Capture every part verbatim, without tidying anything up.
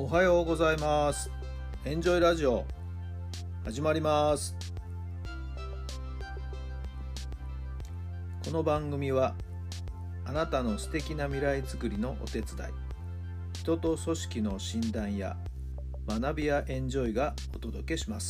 おはようございます。エンジョイラジオ始まります。この番組はあなたの素敵な未来づくりのお手伝い、人と組織の診断や学びやエンジョイがお届けします。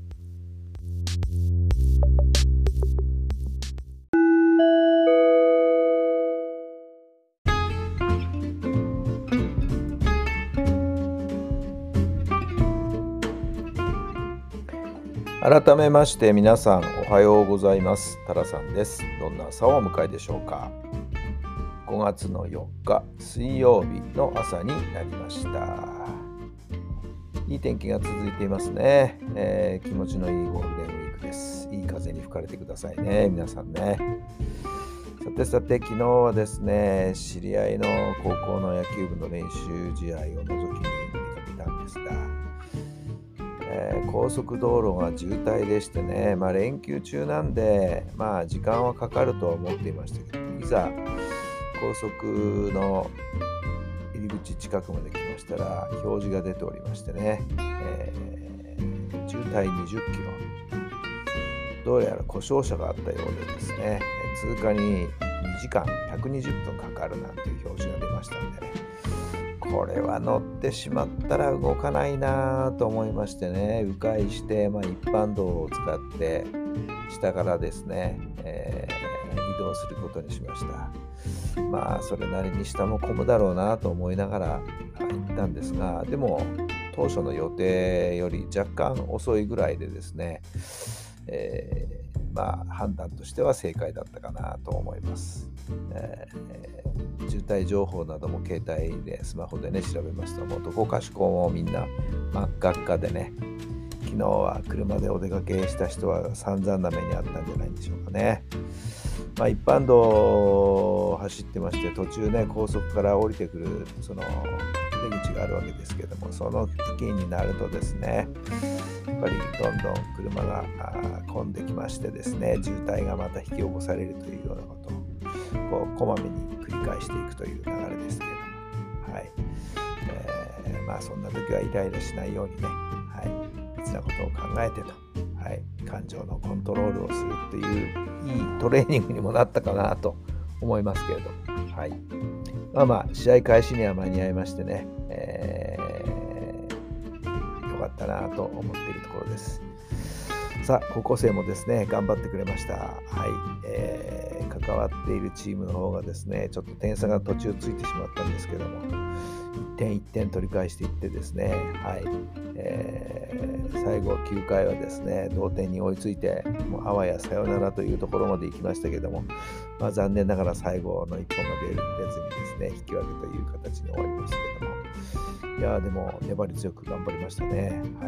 改めまして皆さんおはようございます。タラさんです。どんな朝をお迎えでしょうか。ごがつのよっか水曜日の朝になりました。いい天気が続いていますね、えー、気持ちのいいゴールデンウィークです。いい風に吹かれてくださいね、皆さんね。さてさて、昨日はですね、知り合いの高校の野球部の練習試合を覗きに出かけたんですが、えー、高速道路が渋滞でしてね、まあ、連休中なんで、まあ、時間はかかるとは思っていましたけど、いざ高速の入り口近くまで来ましたら表示が出ておりましてね、えー、渋滞にじゅっキロ、どうやら故障車があったようでですね、通過ににじかんひゃくにじゅっぷんかかるなんていう表示が出ましたんでね、これは乗ってしまったら動かないなと思いましてね、迂回して、まあ、一般道を使って下からですね、えー、移動することにしました。まあそれなりに下も混むだろうなと思いながら行ったんですが、でも当初の予定より若干遅いぐらいでですね、えーまあ、判断としては正解だったかなと思います。えー、渋滞情報なども携帯でスマホでね調べますと、もうどこかしこもみんな真っ赤っかでね、昨日は車でお出かけした人は散々な目にあったんじゃないんでしょうかね。まあ、一般道を走ってまして、途中ね高速から降りてくるその出口があるわけですけども、その付近になるとですね、やっぱりどんどん車が混んできましてですね、渋滞がまた引き起こされるというようなことをこうこまめに繰り返していくという流れですけれども、はい、えー、まあそんな時はイライラしないようにね、はい、別なことを考えてと、はい、感情のコントロールをするといういいトレーニングにもなったかなと思いますけれども、はい、まあまあ試合開始には間に合いましてね、えー、よかったなと思っているところです。さあ、高校生もですね頑張ってくれました。はい、えー、関わっているチームの方がですねちょっと点差が途中ついてしまったんですけども、いってんいってん取り返していってですね、はい、えー、最後きゅうかいはですね同点に追いついて、もうあわやサヨナラというところまで行きましたけども、まあ、残念ながら最後のいっぽんが出る出ずにですね引き分けという形に終わりましたけども、いやでも粘り強く頑張りましたね。はい、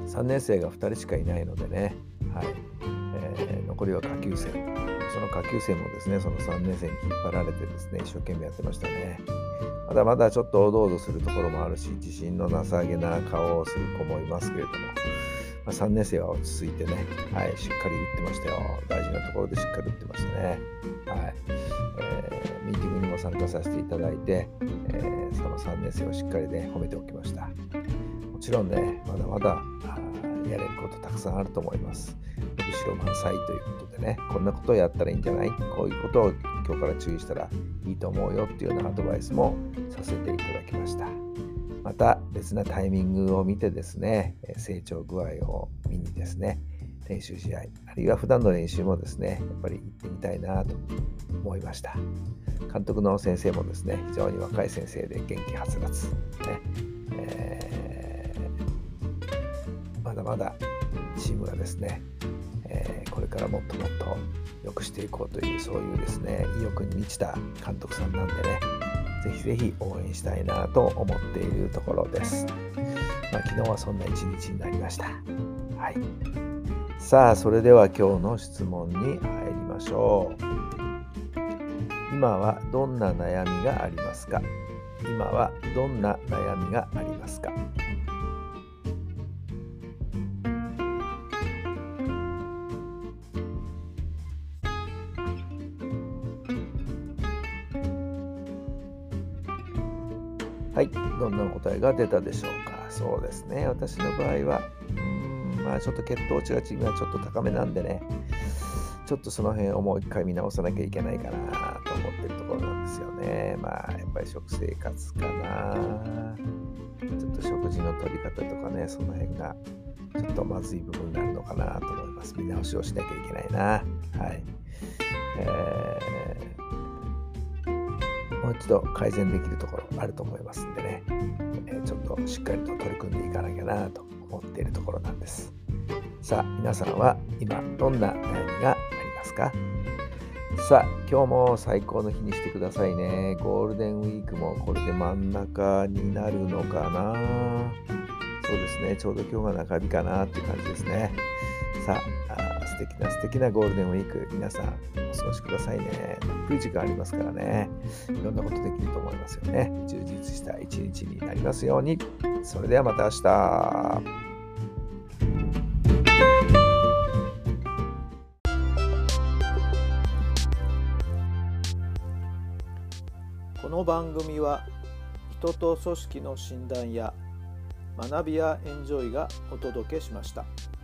さんねん生がふたりしかいないのでね、はい、えー、残りは下級生、その下級生もですねそのさんねん生に引っ張られてですね一生懸命やってましたね。まだまだちょっとおどおどするところもあるし、自信のなさげな顔をする子もいますけれども、まあ、さんねん生は落ち着いてね、はい、しっかり打ってましたよ。大事なところでしっかり打ってましたね。はい、えー、ミーティングにも参加させていただいて、えー、そのさんねん生をしっかりね褒めておきました。もちろんねまだまだやれることたくさんあると思います。伸びしろ満載ということでね、こんなことをやったらいいんじゃない、こういうことを今日から注意したらいいと思うよっていうようなアドバイスもさせていただきました。また別なタイミングを見てですね、成長具合を見にですね、練習試合あるいは普段の練習もですねやっぱり行ってみたいなと思いました。監督の先生もですね非常に若い先生で元気はつらつ、ね、えー、まだまだチームがですね、えー、これからもっともっと良くしていこうという、そういうですね意欲に満ちた監督さんなんでね、ぜひぜひ応援したいなと思っているところです。まあ、昨日はそんな一日になりました。はい、さあそれでは今日の質問に入りましょう。今はどんな悩みがありますか？今はどんな悩みがありますか？ はい、どんな答えが出たでしょうか。そうですね、私の場合はうーんまあちょっと血糖値が今ちょっと高めなんでね、ちょっとその辺をもう一回見直さなきゃいけないかなと思ってるところなんですよね。まあやっぱり食生活かな。ちょっと食事の取り方とかね、その辺がちょっとまずい部分になるのかなと思います。見直しをしなきゃいけないな。はい。えーもう一度改善できるところあると思いますんでね、えーちょっとしっかりと取り組んでいかなきゃなと思っているところなんです。さあ、皆さんは今どんな悩みがありますか？さあ、今日も最高の日にしてくださいね。ゴールデンウィークもこれで真ん中になるのかな。そうですね、ちょうど今日が中日かなっていう感じですね。さあ、あー素敵な素敵なゴールデンウィーク、皆さんお過ごしくださいね。たっぷり時間ありますからね。いろんなことできると思いますよね。充実した一日になりますように。それではまた明日。 この番組は人と組織の診断や学びやエンジョイがお届けしました。